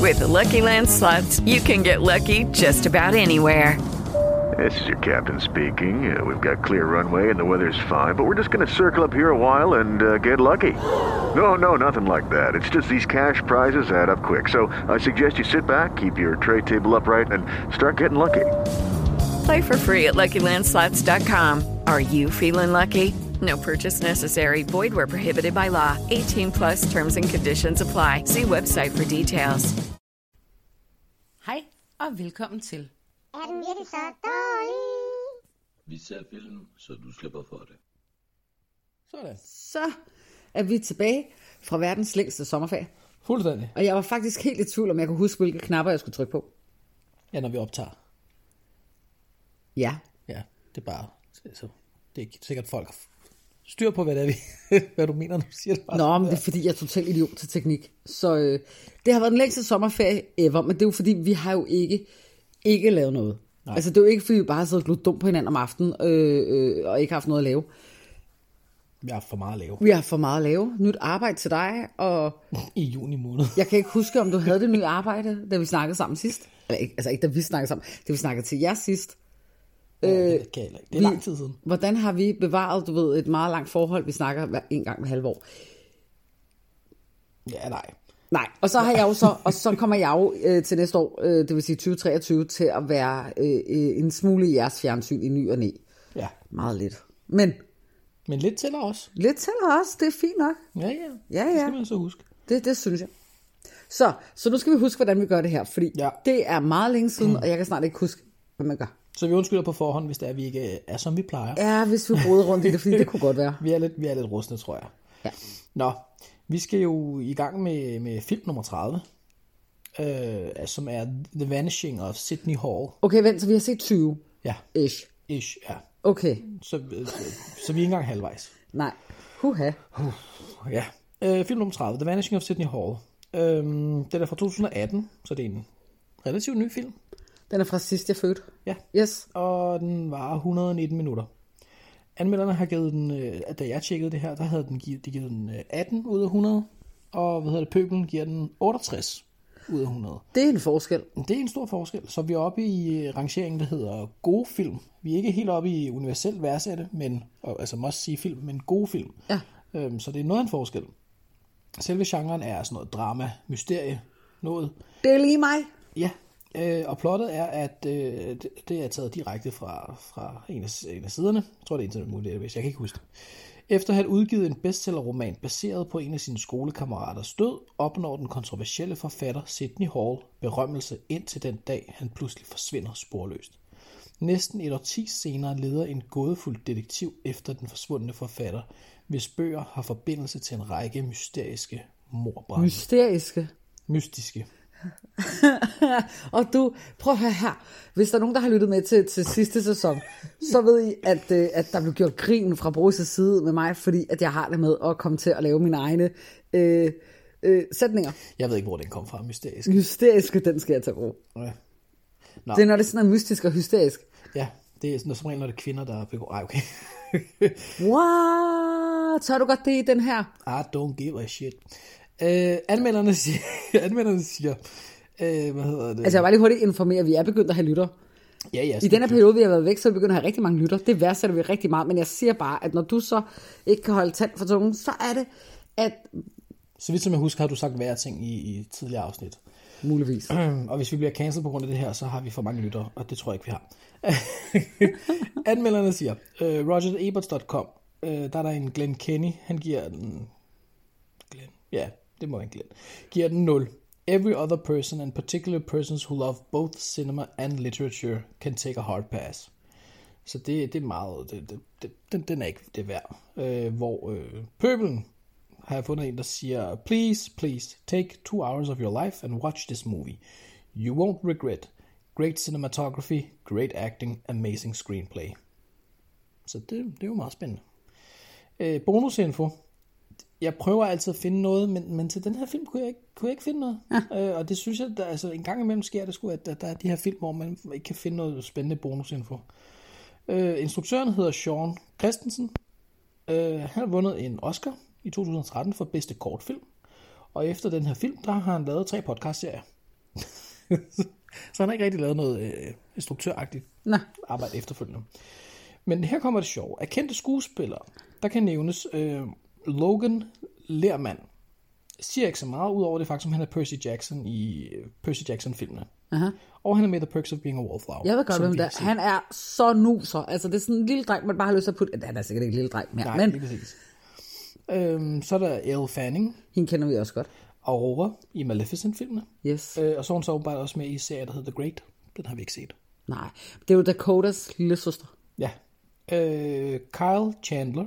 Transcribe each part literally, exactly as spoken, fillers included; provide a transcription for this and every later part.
With the Lucky Land Slots, you can get lucky just about anywhere. This is your captain speaking. Uh, we've got clear runway and the weather's fine, but we're just going to circle up here a while and uh, get lucky. No, no, nothing like that. It's just these cash prizes add up quick. So I suggest you sit back, keep your tray table upright, and start getting lucky. Play for free at Lucky Land Slots dot com. Are you feeling lucky? No purchase necessary. Void where prohibited by law. eighteen plus terms and conditions apply. See website for details. Hej og velkommen til. Er den virkelig så dårlig? Vi ser film, så du slipper for det. Sådan. Så er vi tilbage fra verdens længste sommerferie. Fuldstændig. Og jeg var faktisk helt i tvivl, om jeg kunne huske, hvilke knapper jeg skulle trykke på. Ja, når vi optager. Ja. Ja, det er bare... Så det er ikke sikkert folk har styr på, hvad det er, vi, hvad du mener, når du siger det. Bare Nå, men det er fordi, jeg er totalt idiot til teknik. Så øh, det har været den længste sommerferie ever, men det er jo fordi, vi har jo ikke, ikke lavet noget. Nej. Altså det er jo ikke fordi, vi bare har siddet og gludt dumt på hinanden om aftenen, øh, øh, og ikke haft noget at lave. Vi har for meget at lave. Vi har for meget at lave. Nyt arbejde til dig, og... I juni måned. Jeg kan ikke huske, om du havde det nye arbejde, da vi snakkede sammen sidst. Eller ikke, altså ikke da vi snakkede sammen, da vi snakkede til jer sidst. Ja, det kan jeg ikke. Det er vi, lang tid siden. Hvordan har vi bevaret, du ved, et meget langt forhold? Vi snakker hver, en gang hver halve år. Ja, nej. Nej, og så har jeg jo så, og så kommer jeg jo øh, til næste år, øh, det vil sige tyve treogtyve, til at være øh, en smule i jeres fjernsyn i ny og næ. Ja. Meget lidt. Men, Men lidt tæller også. Lidt tæller også, det er fint nok. Ja, ja. Ja, ja. Det skal man så huske. Det, det synes jeg. Så, så nu skal vi huske, hvordan vi gør det her, fordi ja. Det er meget længe siden, mm. og jeg kan snart ikke huske, hvad man gør. Så vi undskylder på forhånd, hvis det er, vi ikke er, som vi plejer. Ja, hvis vi roder rundt i det, fordi det kunne godt være. vi, er lidt, vi er lidt rustne, tror jeg. Ja. Nå, vi skal jo i gang med, med film nummer tredive, øh, som er The Vanishing of Sydney Hall. Okay, vent, så vi har set tyve. Ja. Ish. Ish, ja. Okay. Så, øh, så vi er ikke engang halvvejs. Nej. Huha. Uh, ja. Øh, film nummer tredive, The Vanishing of Sydney Hall. Øh, den er fra to tusind og atten, så det er en relativt ny film. Den er fra sidst, jeg fødte. Ja. Yes. Og den var et hundrede og nitten minutter. Anmelderne har givet den, da jeg tjekkede det her, der havde den givet, de givet den atten ud af hundrede. Og hvad hedder det, pøbelen giver den otteogtres ud af hundrede. Det er en forskel. Det er en stor forskel. Så vi er oppe i rangeringen, der hedder gode film. Vi er ikke helt oppe i universelt værdsætte, men, altså must sige film, men gode film. Ja. Øhm, så det er noget af en forskel. Selve genren er sådan noget drama, mysterie, noget. Det er lige mig. Ja. Øh, og plottet er, at øh, det, det er taget direkte fra, fra en, af, en af siderne. Jeg tror, det er Internet Database, jeg kan ikke huske det. Efter at have udgivet en bestsellerroman baseret på en af sine skolekammeraters død, opnår den kontroversielle forfatter Sydney Hall berømmelse indtil den dag, han pludselig forsvinder sporløst. Næsten et årti senere leder en gådefuld detektiv efter den forsvundne forfatter, hvis bøger har forbindelse til en række mysteriske mordbrande. Mysteriske? Mystiske. Og du, prøv at høre her. Hvis der er nogen, der har lyttet med til, til sidste sæson, så ved I, at, at der blev gjort grin fra Boris' side med mig, fordi at jeg har det med at komme til at lave mine egne øh, øh, sætninger. Jeg ved ikke, hvor den kom fra, mysterisk. Hysteriske, den skal jeg tage brug. Ja. Det er, når det er sådan en mystisk og hysterisk. Ja, det er sådan, som regel, når det er kvinder, der begår... Ej, okay. What? Så har du godt det i den her? I don't give a shit. Øh, anmelderne siger... anmelderne siger øh, hvad hedder det? Altså, jeg var lige hurtigt informere, at vi er begyndt at have lytter. Ja, ja. I denne periode, vi har været væk, så er vi begyndt at have rigtig mange lytter. Det værdsætter vi rigtig meget, men jeg siger bare, at når du så ikke kan holde tand for tungen, så er det, at... Så vidt som jeg husker, har du sagt værre ting i, i tidligere afsnit. Muligvis. Og hvis vi bliver cancelled på grund af det her, så har vi for mange lytter, og det tror jeg ikke, vi har. Anmelderne siger, uh, Roger Ebert punktum com, uh, der er der en Glenn Kenny, han giver den... Glenn? Ja, det må være en Glenn. Giver den nul. Every other person, and particularly persons who love both cinema and literature, can take a hard pass. Så det, det er meget... Det, det, det, den, den er ikke det værd. Uh, hvor uh, pøbelen har jeg fundet en, der siger, please, please, take two hours of your life and watch this movie. You won't regret. Great cinematography, great acting, amazing screenplay. Så det, det er jo meget spændende. Øh, bonusinfo. Jeg prøver altid at finde noget, men, men til den her film kunne jeg ikke, kunne jeg ikke finde noget. Ja. Øh, og det synes jeg, der, altså en gang imellem sker det sgu, at der, der er de her film, hvor man ikke kan finde noget spændende bonusinfo. Øh, instruktøren hedder Sean Christensen. Øh, han har vundet en Oscar i to tusind og tretten for bedste kortfilm. Og efter den her film, der har han lavet tre podcastserier. Så han har ikke rigtig lavet noget øh, instruktøragtigt Nej. arbejde efterfølgende. Men her kommer det sjove. Af kendte skuespillere, der kan nævnes øh, Logan Lerman. Siger ikke så meget, udover det faktum, han er Percy Jackson i øh, Percy Jackson-filmene. Aha. Og han er med The Perks of Being a Wallflower. Jeg ved godt, som hvem vi det har er. set. Han er så nuser. Altså, det er sådan en lille dreng, man bare har lyst til at putte... Han er sikkert ikke en lille dreng mere, Nej, men lige præcis. Øhm, så er der Elle Fanning, hende kender vi også godt. Aurora i Maleficent-filmene. Yes. Øh, og så er hun så åbenbart også med i serien, der hedder The Great. Den har vi ikke set. Nej, det er jo Dakotas lille søster. Ja. Øh, Kyle Chandler.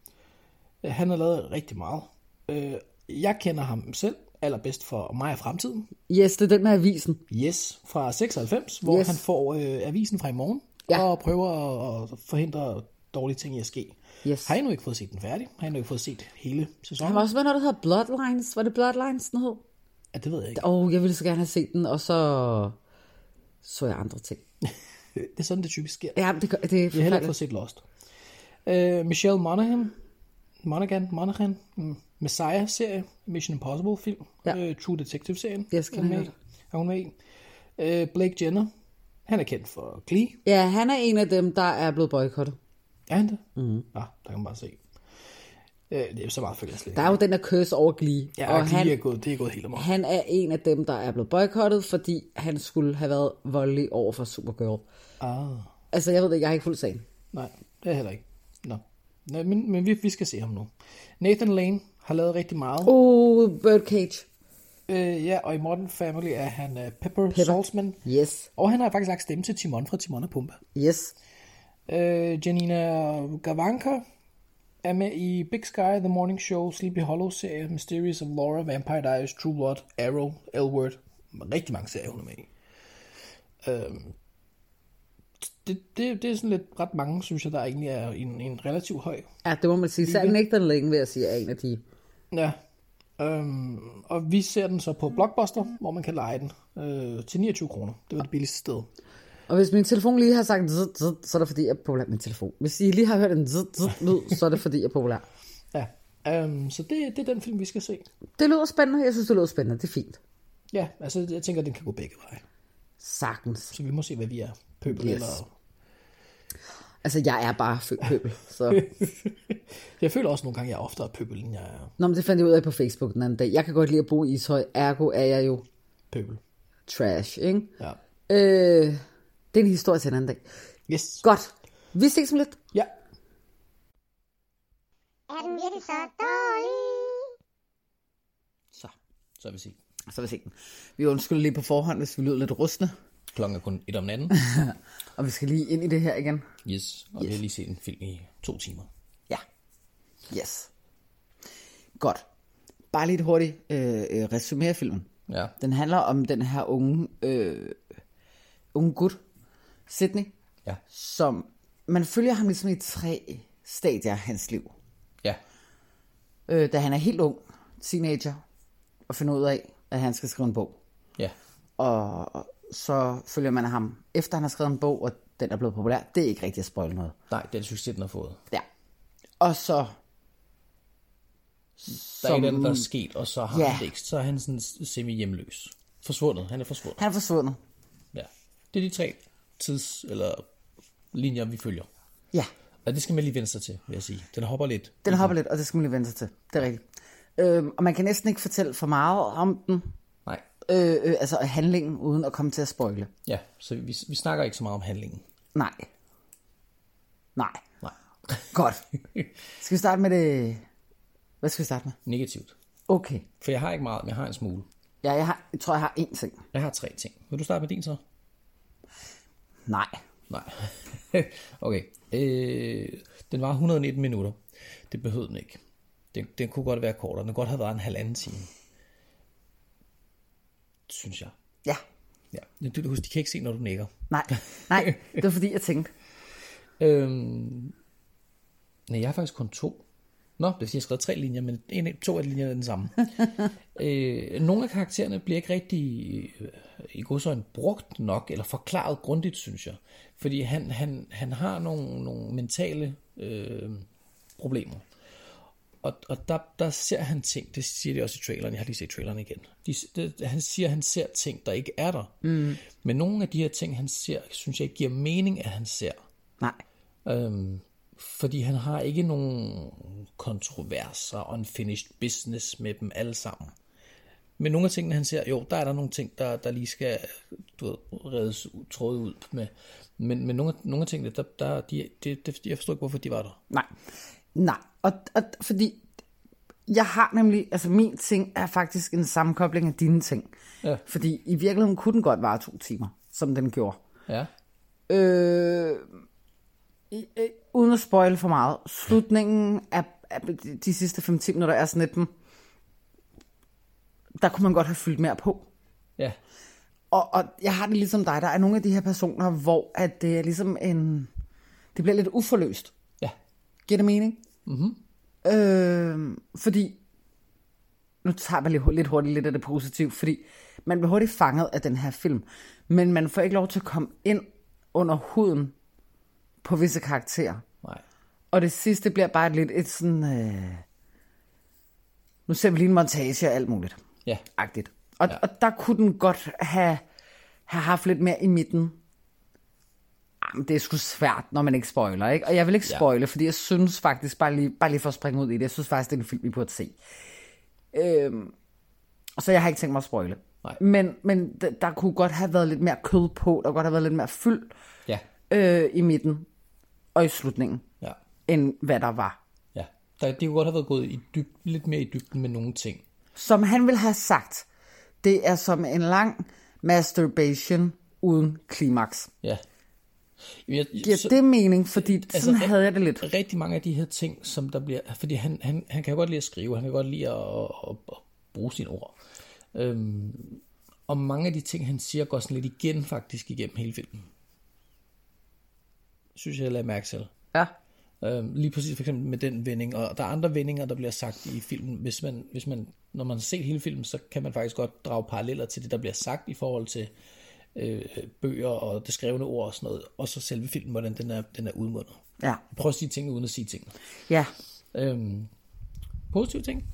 Øh, Han har lavet rigtig meget. Øh, jeg kender ham selv allerbedst for Mig og Fremtiden. Yes, det er den med avisen. Yes, fra seksoghalvfems, hvor Yes. han får øh, avisen fra i morgen. Ja. Og prøver at, at forhindre dårlige ting i at ske. Yes. Har I nu ikke fået set den færdig? Har I nu ikke fået set hele sæsonen? Han var også med noget, der hedder Bloodlines. Var det Bloodlines, den hed? Ja, det ved jeg ikke. Åh, oh, jeg ville så gerne have set den, og så så jeg andre ting. Det er sådan, det typisk sker. Ja, det, gør- det er Jeg har heller ikke fået forfærdeligt. set Lost. Uh, Michelle Monaghan, Monaghan, Monaghan, mm, Messiah-serie, Mission Impossible-film, Ja. uh, True Detective-serien, Yes, kan er hun jeg med, høre i. er hun med i. Uh, Blake Jenner, han er kendt for Glee. Ja, han er en af dem, der er blevet boykottet. Er han det? Mm-hmm. Ja, der kan man bare se. Uh, det er så meget følger jeg slet Der er jo den der curse over Glee. Ja, og og Glee han, er gået, det er gået helt amok. han er en af dem, der er blevet boykottet, fordi han skulle have været voldelig over for Supergirl. Ah, Altså, jeg ved det ikke, jeg har ikke fuldt sagen. nej, det er heller ikke. Nå. Nej, men, men vi, vi skal se ham nu. Nathan Lane har lavet rigtig meget. Oh, Birdcage. Øh, ja, og i Modern Family er han uh, Pepper, Pepper Saltzman. Yes, Og han har faktisk lagt stemme til Timon fra Timon og Pumba. yes. Øh, Janina Gavankar er med i Big Sky, The Morning Show, Sleepy Hollow-serie, Mysterious of Laura, Vampire Diaries, True Blood, Arrow, L-Word. Rigtig mange serier, hun er med i. Øh, det, det, det er sådan lidt ret mange, synes jeg, der egentlig er en, en relativt høj. Ja, det må man sige. Selv Nathan Lane, vil jeg sige, er en af de... Ja. Øhm, og vi ser den så på Blockbuster, hvor man kan leje den øh, til niogtyve kroner. Det var det billigste sted. Og hvis min telefon lige har sagt zzz, zzz, så er det fordi, jeg er populær. Min telefon. Hvis I lige har hørt en zzz, zzz, lyd, så er det fordi, jeg er populær. Ja. Øhm, så det, det er den film, vi skal se. Det lyder spændende. Jeg synes, det lyder spændende. Det er fint. Ja, altså jeg tænker, den kan gå begge veje. Sagtens. Så vi må se, hvad vi er. Pøbel Yes. eller... Altså, jeg er bare født pøbel. Så. Jeg føler også nogle gange, jeg er oftere pøbel, end jeg er Nå, men det fandt jeg ud af på Facebook den anden dag. Jeg kan godt lide at bo i Ishøj. Ergo er jeg jo pøbel. trash, ikke? Ja. Øh, det er en historie til en anden dag. Yes. Godt. Vi ses om lidt. Ja. Er den virkelig så dårlig? Så, så er vi set. Så vil vi se den. Vi undskylder lige på forhånd, hvis vi lyder lidt rustne. Klokken er kun et om natten. Og vi skal lige ind i det her igen. Yes. Og yes. vi har lige set en film i to timer. Ja. Yes. Godt. Bare lige et hurtigt øh, øh, resumé af filmen. Ja. Den handler om den her unge, øh, unge gut, Sydney, Ja. som man følger ham ligesom i tre stadier af hans liv. Ja. Øh, da han er helt ung, teenager, og finder ud af, at han skal skrive en bog. Ja. Og så følger man ham, efter han har skrevet en bog, og den er blevet populær. Det er ikke rigtig at spoile noget. Nej, den succes, den har fået. Ja. Og så... Der er et eller andet, der er sket, og så har Ja. han det ikke. Så er han sådan semi-hjemløs. Forsvundet. Han er forsvundet. Han er forsvundet. Ja. Det er de tre tids- eller linjer, vi følger. Ja, Og det skal man lige vende sig til, vil jeg sige. Den hopper lidt. den hopper lidt, og det skal man lige vende sig til. Det er rigtigt. Øhm, og man kan næsten ikke fortælle for meget om den. Nej. Øh, øh, altså handlingen, uden at komme til at spoile. Ja, så vi, vi snakker ikke så meget om handlingen. Nej. Nej. Nej. Godt. Skal vi starte med det... Hvad skal vi starte med? Negativt. Okay. For jeg har ikke meget, men jeg har en smule. Ja, jeg, har, jeg tror, jeg har én ting. Jeg har tre ting. Vil du starte med din så? Nej. Nej. Okay. Øh, den var et hundrede og nitten minutter. Det behøvede den ikke. Den, den kunne godt være kortere. Den kunne godt have været en halvanden time. Synes jeg. Ja. Ja. Du, husk, de kan ikke se, når du nikker. Nej. Nej, det var fordi, jeg tænkte. Øhm, nej, jeg har faktisk kun to. Nå, det vil sige, jeg har skrevet tre linjer, men en, to af linjerne er den samme. øh, nogle af karaktererne bliver ikke rigtig øh, i godsøjne brugt nok, eller forklaret grundigt, synes jeg. Fordi han, han, han har nogle, nogle mentale øh, problemer. og, og der, der ser han ting, det siger de også i traileren, jeg har lige set traileren igen. De, det, han siger, at han ser ting, der ikke er der. Mm. Men nogle af de her ting, han ser, synes jeg ikke giver mening, at han ser. Nej. Øhm, fordi han har ikke nogen kontroverser, unfinished business med dem alle sammen. Men nogle af tingene, han ser, jo, der er der nogle ting, der, der lige skal du ved, reddes trådet ud med. Men, men nogle, af, nogle af tingene, der, der, de, de, de, jeg forstår ikke, hvorfor de var der. Nej, nej, og, og fordi jeg har nemlig, altså min ting er faktisk en sammenkobling af dine ting. Ja. Fordi i virkeligheden kunne den godt vare to timer, som den gjorde. Ja. Øh, øh, uden at spoile for meget. Slutningen af, af de sidste fem til minutter er sådan lidt, der kunne man godt have fyldt mere på. Ja. Og, og jeg har det ligesom dig, der er nogle af de her personer, hvor at det er ligesom en, det bliver lidt uforløst. Ja. Giver det mening? Mhm. Øh, fordi, nu tager jeg lige lidt hurtigt lidt af det positive, fordi man bliver hurtigt fanget af den her film, men man får ikke lov til at komme ind under huden på visse karakterer. Nej. Og det sidste bliver bare lidt et sådan, øh, nu ser vi lige en montage og alt muligt. Ja. Agtigt. Og, Ja. og der kunne den godt have, have haft lidt mere i midten. Jamen, det er sgu svært, når man ikke spoiler, ikke? Og jeg vil ikke Ja. spoile, fordi jeg synes faktisk, bare lige, bare lige for at springe ud i det, jeg synes faktisk, det er en film, vi burde se. Øhm, så jeg har ikke tænkt mig at spoile. Nej. Men, men d- der kunne godt have været lidt mere kød på, der kunne godt have været lidt mere fyld Ja. øh, i midten og i slutningen, Ja. end hvad der var. Ja. Der, det kunne godt have været gået i dyb, lidt mere i dybden med nogle ting. Som han ville have sagt, det er som en lang masturbation uden klimaks. Ja. Jeg, Giver så, det mening? Fordi altså, sådan ri- havde jeg det lidt. Rigtig mange af de her ting, som der bliver... Fordi han, han, han kan jo godt lide at skrive, han kan godt lide at, at, at bruge sine ord. Øhm, og mange af de ting, han siger, går sådan lidt igen faktisk igennem hele filmen. Synes jeg, jeg lader mærke til. Ja. Øhm, lige præcis for eksempel med den vending, og der er andre vendinger, der bliver sagt i filmen. Hvis man, hvis man, når man har set hele filmen, så kan man faktisk godt drage paralleller til det, der bliver sagt i forhold til øh, bøger og det skrevne ord og sådan noget, og så selve filmen, hvordan den er, den er udmundet. Ja. Prøv at sige ting uden at sige ting. Ja. Øhm, positive ting.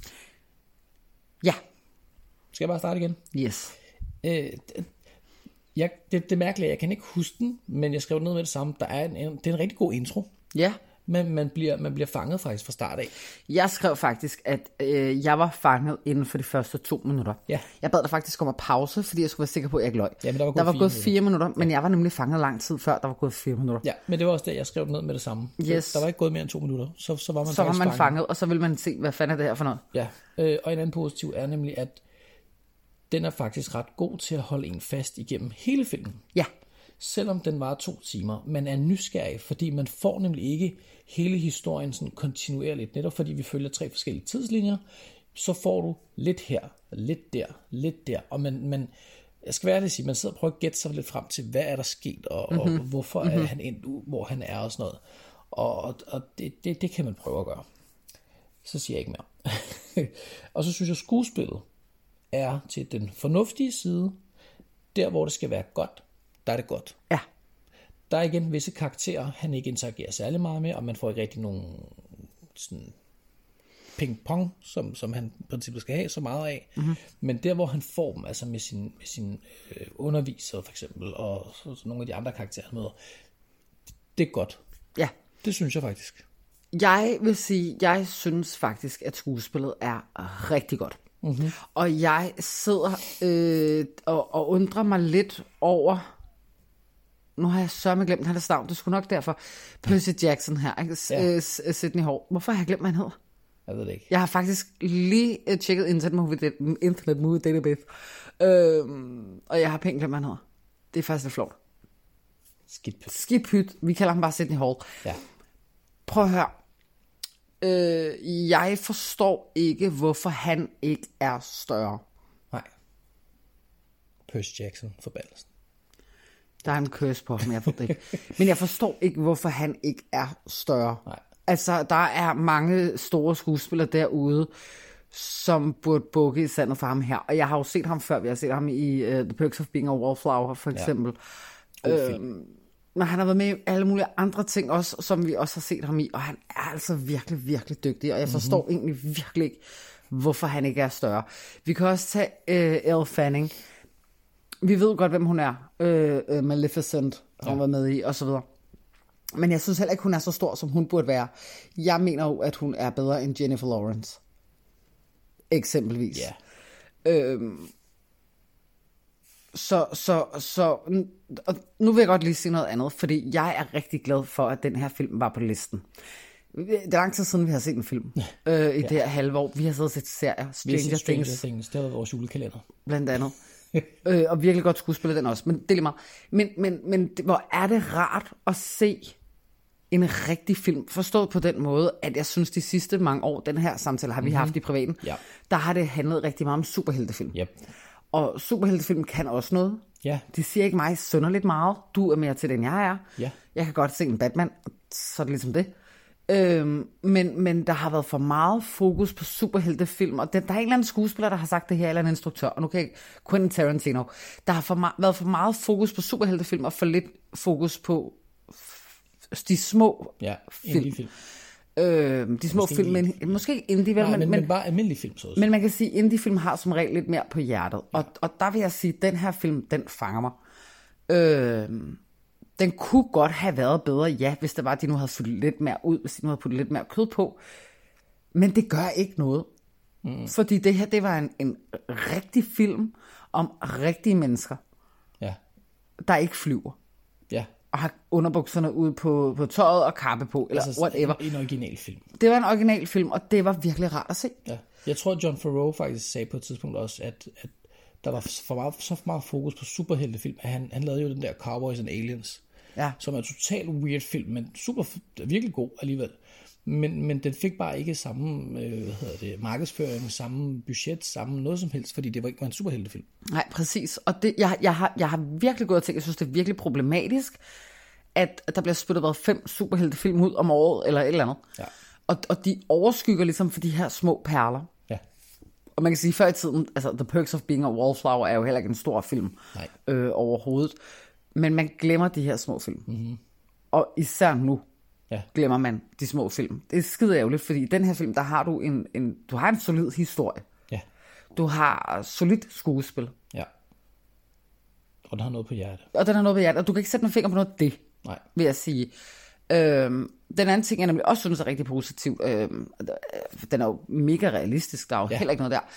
Ja. Skal jeg bare starte igen? Yes. Øh, jeg, det, det er mærkeligt, jeg kan ikke huske den, men jeg skrev ned med det samme. Der er en, en, det er en rigtig god intro. Ja. Men man bliver, man bliver fanget faktisk fra start af. Jeg skrev faktisk, at øh, jeg var fanget inden for de første to minutter. Ja. Jeg bad dig faktisk om at pause, fordi jeg skulle være sikker på, at jeg ikke løg. Ja, men der var gået der var fire gået minutter. fire minutter, men jeg var nemlig fanget lang tid før, der var gået fire minutter. Ja, men det var også det, jeg skrev ned med det samme. Yes. Der var ikke gået mere end to minutter, så, så var man Så var faktisk man fanget. fanget, og så ville man se, hvad fanden er det her for noget. Ja, øh, og en anden positiv er nemlig, at den er faktisk ret god til at holde en fast igennem hele filmen. Ja. Selvom den var to timer. Man er nysgerrig, fordi man får nemlig ikke hele historien sådan kontinuerligt. Netop fordi vi følger tre forskellige tidslinjer, så får du lidt her, lidt der, lidt der. Og man, man jeg skal være ærlig at sige, man sidder og prøver at gætte sig lidt frem til, hvad er der sket, og, mm-hmm. og hvorfor mm-hmm. er han endt ud, hvor han er og sådan noget. Og, og, og det, det, det kan man prøve at gøre. Så siger jeg ikke mere. Og så synes jeg, skuespillet er til den fornuftige side. Der, hvor det skal være godt, der er det godt. Ja. Der er igen visse karakterer, han ikke interagerer særlig meget med, og man får ikke rigtig nogen sådan ping-pong, som, som han i princippet skal have så meget af. Mm-hmm. Men der, hvor han får dem, altså med sin, med sin øh, underviser for eksempel, og så, så nogle af de andre karakterer, han møder, det er godt. Ja. Det synes jeg faktisk. Jeg vil sige, jeg synes faktisk, at skuespillet er rigtig godt. Mm-hmm. Og jeg sidder øh, og, og undrer mig lidt over, nu har jeg sørme glemt hans navn, det skulle nok derfor, Percy Jackson her, ikke? Ja. Øh, Sidney Hall. Hvorfor har jeg glemt, hvad han hedder? Jeg ved det ikke. Jeg har faktisk lige uh, tjekket Internet Movie, Internet Movie Database, øhm, og jeg har pænt glemt, hvad han hedder. Det er faktisk lidt flot. Skidt pyt. Skidt pyt. Vi kalder ham bare Sidney Hall. Ja. Prøv at høre. Øh, jeg forstår ikke, hvorfor han ikke er større. Nej. Percy Jackson, forbandelsen. Der er en curse på ham, jeg ved det ikke. Men jeg forstår ikke, hvorfor han ikke er større. Nej. Altså, der er mange store skuespillere derude, som burde bukke i sandet for ham her. Og jeg har jo set ham før. Vi har set ham i uh, The Perks of Being a Wallflower, for eksempel. Ja. God film. Men han har været med i alle mulige andre ting også, som vi også har set ham i, og han er altså virkelig, virkelig dygtig, og jeg forstår mm-hmm. egentlig virkelig ikke, hvorfor han ikke er større. Vi kan også tage øh, Elle Fanning. Vi ved godt, hvem hun er. Øh, øh, Maleficent har hun ja. været med i, og så videre. Men jeg synes heller ikke, hun er så stor, som hun burde være. Jeg mener jo, at hun er bedre end Jennifer Lawrence. Eksempelvis. Ja. Øhm, så, så, så og nu vil jeg godt lige sige noget andet, fordi jeg er rigtig glad for, at den her film var på listen. Det er lang tid siden, vi har set en film øh, i ja. det her halve år. Vi har siddet og set serier. Stranger, Stranger Things. Things. Det har været vores julekalender. Blandt andet. øh, og virkelig godt skuespiller den også. Men det er lige meget. Men, men, men det, hvor er det rart at se en rigtig film, forstået på den måde, at jeg synes, de sidste mange år, den her samtale har vi mm-hmm. haft i privaten, ja. der har det handlet rigtig meget om superheltefilm. Yep. Og superheltefilm kan også noget. Ja. De siger ikke mig synderligt meget. Du er mere til den, jeg er. Ja. Jeg kan godt se en Batman, så er det ligesom det. Øhm, men, men der har været for meget fokus på superheltefilm, og der, der er en eller anden skuespiller, der har sagt det her, eller en instruktør, og nu kan jeg Quentin Tarantino, der har for meget, været for meget fokus på superheltefilm, og for lidt fokus på f- de små ja, film. film. Øhm, de små måske film, men måske indie, vel, nej, men, men, men, men bare almindelig film, så også. Men man kan sige, indie-film har som regel lidt mere på hjertet, ja. og, og der vil jeg sige, den her film, den fanger mig. Øhm, Den kunne godt have været bedre, ja, hvis det var, at de nu havde fyldt lidt mere ud, hvis de nu havde puttet lidt mere kød på. Men det gør ikke noget. Mm. Fordi det her, det var en, en rigtig film om rigtige mennesker, ja. der ikke flyver. Ja. Og har underbukserne ude på, på tøjet og kappe på, eller altså, whatever. En, en original film. Det var en original film, og det var virkelig rart at se. Ja. Jeg tror, John Favreau faktisk sagde på et tidspunkt også, at, at der var for meget, så for meget fokus på superheltefilm, at han, han lavede jo den der Cowboys and Aliens, ja. som er en totalt weird film, men super, virkelig god alligevel. Men, men den fik bare ikke samme øh, hvad hedder det, markedsføring, samme budget, samme noget som helst, fordi det var ikke var en superheltefilm. Nej, præcis. Og det, jeg, jeg, har, jeg har virkelig gået og tænkt, jeg synes, det er virkelig problematisk, at der bliver spyttet været fem superheltefilm ud om året, eller et eller andet. Ja. Og, og de overskygger ligesom for de her små perler. Ja. Og man kan sige, før i tiden, altså The Perks of Being a Wallflower er jo heller ikke en stor film øh, overhovedet. Men man glemmer de her små film. Mm-hmm. Og især nu ja. glemmer man de små film. Det er skide ærgerligt, fordi i den her film, der har du en, en, du har en solid historie. Ja. Du har solidt skuespil. Ja. Og den har noget på hjertet. Og den har noget på hjertet, og du kan ikke sætte en finger på noget af det, nej. Vil jeg sige. Øhm, den anden ting, jeg nemlig også synes er rigtig positiv, øhm, den er jo mega realistisk, der er jo ja. heller ikke noget der.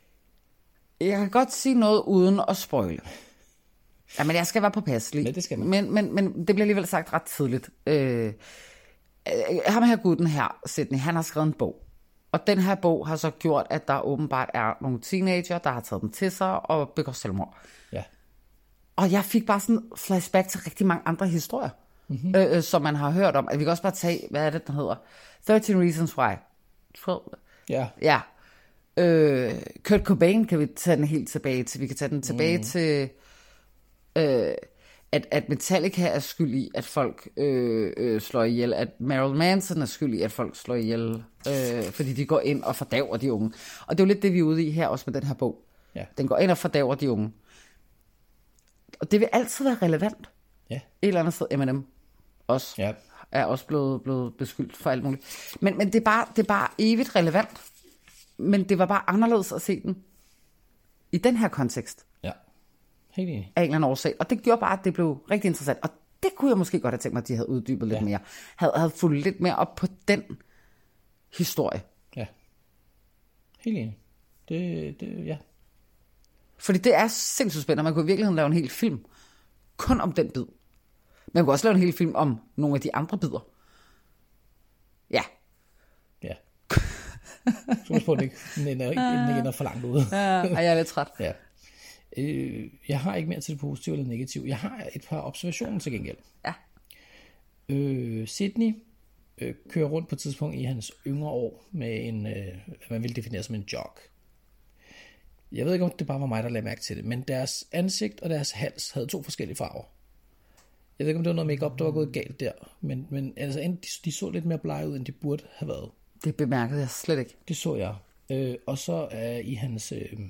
Jeg kan godt sige noget uden at spoile. Ja, men jeg skal være påpasselig. Ja, det skal man. Men, men, men det bliver alligevel sagt ret tidligt. Øh, ham her gutten her, Sydney, han har skrevet en bog. Og den her bog har så gjort, at der åbenbart er nogle teenager, der har taget den til sig og begår selvmord. Ja. Og jeg fik bare sådan flashback til rigtig mange andre historier, mm-hmm. øh, som man har hørt om. At vi kan også bare tage, hvad er det, den hedder? thirteen Reasons Why. tolv Ja. Ja. Øh, Kurt Cobain kan vi tage den helt tilbage til. Vi kan tage den tilbage mm. til... Øh, at, at Metallica er skyld i, at folk øh, øh, slår ihjel, at Marilyn Manson er skyld i, at folk slår ihjel, øh, fordi de går ind og fordærver de unge. Og det er jo lidt det, vi er ude i her, også med den her bog. Ja. Den går ind og fordærver de unge. Og det vil altid være relevant. Ja. Et eller andet sted, Eminem også, ja. er også blevet, blevet beskyldt for alt muligt. Men, men det, er bare, det er bare evigt relevant. Men det var bare anderledes at se den i den her kontekst. Ja. Helt enig. Af en eller anden årsag. Og det gjorde bare, at det blev rigtig interessant. Og det kunne jeg måske godt have tænkt mig, at de havde uddybet lidt ja. mere. Havde, havde fulgt lidt mere op på den historie. Ja. Helt enig. Det, det, ja. Fordi det er sindssygt spændende. Man kunne i virkeligheden lave en hel film kun om den bid. Man kunne også lave en hel film om nogle af de andre bidder. Ja. Ja. Så må jeg ikke ender for langt ude. Ja, jeg er lidt træt. Ja. Jeg har ikke mere til det positive eller negative. Jeg har et par observationer til gengæld. Ja. Øh, Sydney øh, kører rundt på et tidspunkt i hans yngre år med en, øh, man vil definere som en jog. Jeg ved ikke, om det bare var mig, der lagde mærke til det, men deres ansigt og deres hals havde to forskellige farver. Jeg ved ikke, om det var noget makeup, der var gået galt der, men, men altså, de, de så lidt mere blege ud, end de burde have været. Det bemærkede jeg slet ikke. Det så jeg. Øh, og så er i hans... Øh,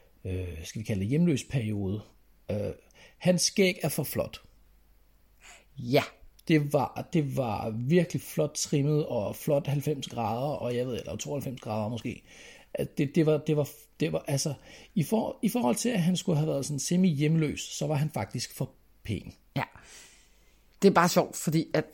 Øh, skal vi kalde det hjemløs periode. Øh, hans skæg er for flot. Ja. Det var, det var virkelig flot trimmet og flot halvfems grader, og jeg ved, eller tooghalvfems grader måske. Det, det, var, det, var, det var, altså, i, for, i forhold til, at han skulle have været sådan semi-hjemløs, så var han faktisk for pæn. Ja. Det er bare sjovt, fordi at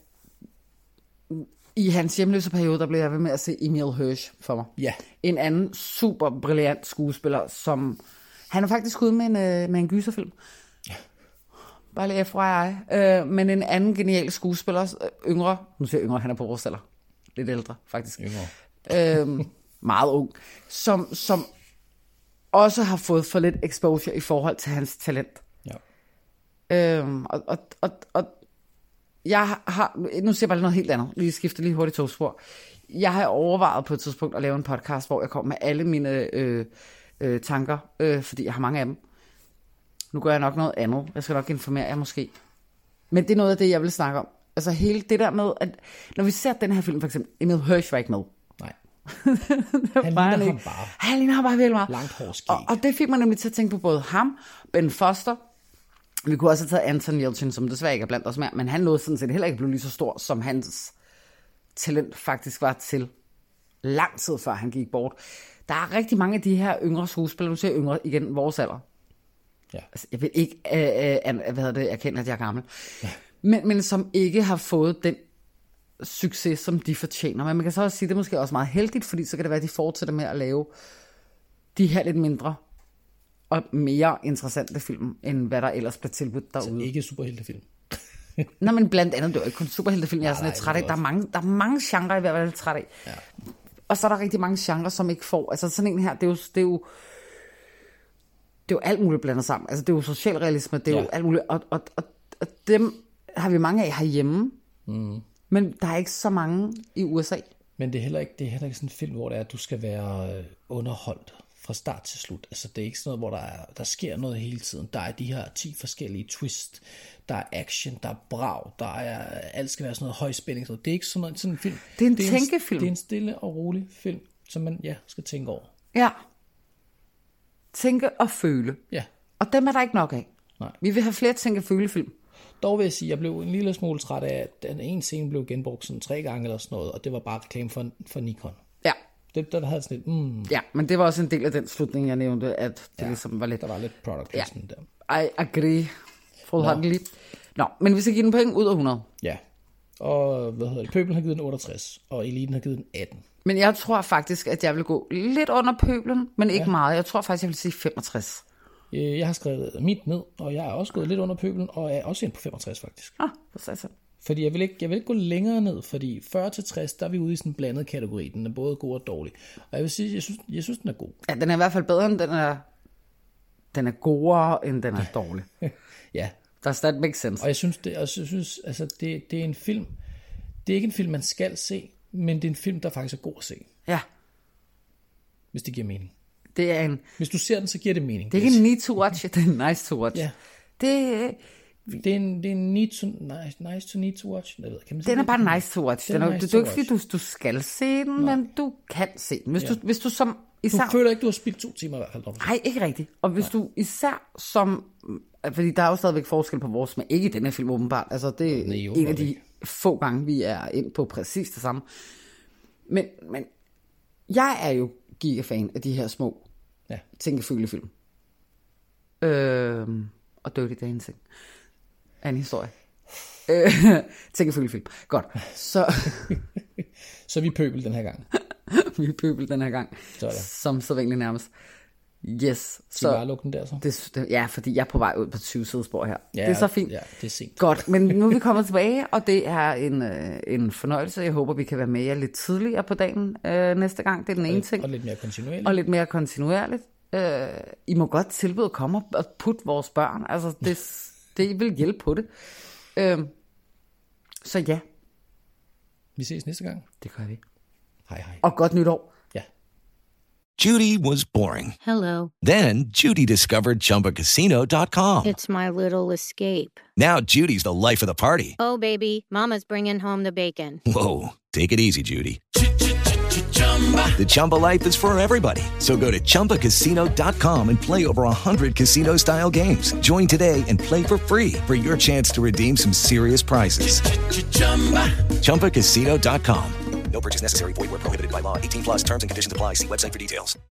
i hans hjemløse periode, der blev jeg ved med at se Emil Hirsch for mig. Ja. En anden super brilliant skuespiller, som... Han er faktisk ude med en, med en gyserfilm. Ja. Bare lige F Y I. Øh, men en anden genial skuespiller, yngre... Nu siger jeg yngre, han er på vores alder. Lidt ældre, faktisk. Yngre. øh, meget ung. Som, som også har fået for lidt exposure i forhold til hans talent. Ja. Øh, og, og, og, og jeg har... Nu siger jeg bare noget helt andet. Lige skifter lige hurtigt togspor. Jeg har overvejet på et tidspunkt at lave en podcast, hvor jeg kommer med alle mine... Øh, Øh, tanker, øh, fordi jeg har mange af dem. Nu gør jeg nok noget andet. Jeg skal nok informere jer måske. Men det er noget af det, jeg vil snakke om. Altså hele det der med, at når vi ser den her film, for eksempel, Emil Hirsch var ikke med. Nej. han ligner ham ikke. bare. Han ligner ham bare virkelig meget. Langt hårskæg. Og, og det fik mig nemlig til at tænke på både ham, Ben Foster. Vi kunne også have taget Anton Yelchin, som desværre ikke er blandt os mere, men han nåede sådan set heller ikke blive lige så stor, som hans talent faktisk var til lang tid før han gik bort. Der er rigtig mange af de her yngre skuespillere, nu ser jeg yngre igen, vores alder. Ja. Altså, jeg vil ikke øh, øh, hvad hedder det, erkende, at jeg er gammel. Ja. Men, men som ikke har fået den succes, som de fortjener. Men man kan så også sige, at det er måske også meget heldigt, fordi så kan det være, at de fortsætter med at lave de her lidt mindre og mere interessante film, end hvad der ellers bliver tilbudt derude. Så ikke superheltefilm. Nå, men blandt andet, det er jo ikke kun superheltefilm, jeg er sådan lidt træt af. Der er mange, der er mange genrer, jeg vil være lidt træt af. Ja. Og så er der rigtig mange genrer, som ikke får... Altså sådan en her, det er jo... Det er jo, det er jo alt muligt blandet sammen. Altså det er jo socialrealisme, det er ja. jo alt muligt. Og, og, og, og dem har vi mange af herhjemme. Mm. Men der er ikke så mange i U S A. Men det er heller ikke, det er heller ikke sådan en film, hvor det er, at du skal være underholdt fra start til slut. Altså det er ikke sådan noget, hvor der, er, der sker noget hele tiden. Der er de her ti forskellige twist. Der er action, der er brag, der er... Alt skal være sådan noget højspænding. Det er ikke sådan, noget, sådan en film. Det er en det er tænkefilm. En, det er en stille og rolig film, som man ja, skal tænke over. Ja. Tænke og føle. Ja. Og dem er der ikke nok af. Nej. Vi vil have flere tænke-føle-film. Dog vil jeg sige, at jeg blev en lille smule træt af, at den ene scene blev genbrugt sådan tre gange eller sådan noget, og det var bare reklame for, for Nikon. Ja. Det, der havde sådan lidt, mm. Ja, men det var også en del af den slutning, jeg nævnte, at det ja, ligesom var lidt... Der var lidt product placement ja. der. I agree. Fuldhåndelig. Nå, men vi skal give den point ud af hundrede. Ja. Og hvad hedder det? Pøbelen har givet den otteogtres, og Eliten har givet den atten. Men jeg tror faktisk, at jeg vil gå lidt under Pøbelen, men ikke ja. meget. Jeg tror faktisk, jeg vil sige femogtres. Jeg har skrevet mit ned, og jeg er også gået lidt under Pøbelen, og er også ind på femogtres faktisk. Ah, for satan. Fordi jeg vil, ikke, jeg vil ikke gå længere ned, fordi fyrre til tres, der er vi ude i sådan en blandet kategori. Den er både god og dårlig. Og jeg vil sige, jeg synes, jeg synes den er god. Ja, den er i hvert fald bedre, end den er, den er godere, end den er dårlig. Ja. Does that make sense? Og jeg synes, det, og jeg synes altså, det, det er en film, det er ikke en film, man skal se, men det er en film, der faktisk er god at se. Ja. Hvis det giver mening. Det er en... Hvis du ser den, så giver det mening. Det er ikke en need to watch, det er en nice to watch. Ja. Det, det er en, det er en need to, nice, nice to need to watch. Jeg ved, kan man sige den er det? bare nice to watch. Den er, nice det er ikke fordi, du, du skal se den, nej, men du kan se den. Hvis, ja. du, hvis du som... Især... Du føler ikke, du har spildt to timer i hvert fald. Nej, ikke rigtigt. Og hvis nej. du især som... Fordi der er jo stadigvæk forskel på vores, men ikke i denne film åbenbart. Altså, det er nej, jo, en af de ikke. få gange, vi er ind på præcis det samme. Men, men jeg er jo gigafan af de her små ja. tænkefølefilm. Øhm, og Dirty Dancing er en historie. Øh, tænkefølefilm. Godt. Så... Så vi pøbel den her gang. vi pøbel den her gang. Sådan. Som så egentlig nærmest. Yes. Så bare lukke den der så? Det, det, ja, fordi jeg er på vej ud på tyve sidespor her. Ja, det er så fint. Ja, det er sent. Godt, men nu er vi kommet tilbage, og det er en, øh, en fornøjelse. Jeg håber, vi kan være med jer lidt tidligere på dagen øh, næste gang. Det er den og ene lidt, ting. Og lidt mere kontinuerligt. Og lidt mere kontinuerligt. Øh, I må godt tilbyde at komme og putte vores børn. Altså, det, det vil hjælpe på det. Øh, så ja. Vi ses næste gang. Det gør vi. Hej hej. Og godt nytår. Ja. Judy was boring. Hello. Then Judy discovered Chumba Casino dot com. It's my little escape. Now Judy's the life of the party. Oh, baby, mama's bringing home the bacon. Whoa, take it easy, Judy. The Chumba life is for everybody. So go to chumba casino dot com and play over one hundred casino-style games. Join today and play for free for your chance to redeem some serious prizes. chumba casino dot com. No purchase necessary. Void where prohibited by law. eighteen plus terms and conditions apply. See website for details.